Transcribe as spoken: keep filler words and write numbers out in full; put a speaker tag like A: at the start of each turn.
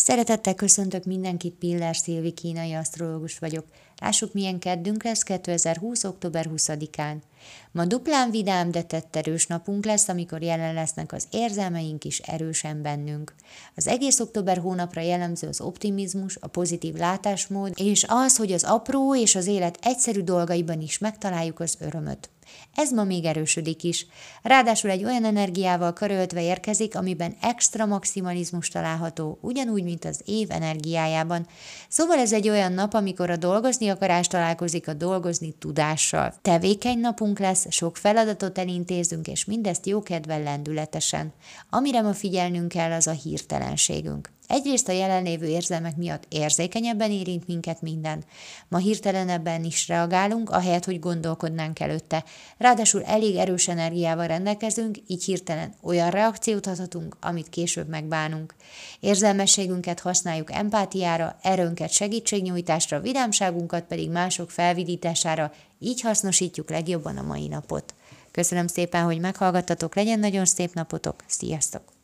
A: Szeretettel köszöntök mindenkit, Piller Szilvi kínai asztrológus vagyok. Lássuk, milyen keddünk lesz kétezer-húsz. október huszadikán. Ma duplán vidám, de tetterős napunk lesz, amikor jelen lesznek az érzelmeink is erősen bennünk. Az egész október hónapra jellemző az optimizmus, a pozitív látásmód, és az, hogy az apró és az élet egyszerű dolgaiban is megtaláljuk az örömöt. Ez ma még erősödik is. Ráadásul egy olyan energiával karöltve érkezik, amiben extra maximalizmus található, ugyanúgy, mint az év energiájában. Szóval ez egy olyan nap, amikor a dolgozni akarás találkozik a dolgozni tudással. Tevékeny napunk lesz, sok feladatot elintézünk, és mindezt jókedvel lendületesen. Amire ma figyelnünk kell, az a hirtelenségünk. Egyrészt a jelenlévő érzelmek miatt érzékenyebben érint minket minden. Ma hirtelenebben is reagálunk, ahelyett, hogy gondolkodnánk előtte. Ráadásul elég erős energiával rendelkezünk, így hirtelen olyan reakciót adhatunk, amit később megbánunk. Érzelmességünket használjuk empátiára, erőnket segítségnyújtásra, vidámságunkat pedig mások felvidítására, így hasznosítjuk legjobban a mai napot. Köszönöm szépen, hogy meghallgattatok, legyen nagyon szép napotok, sziasztok!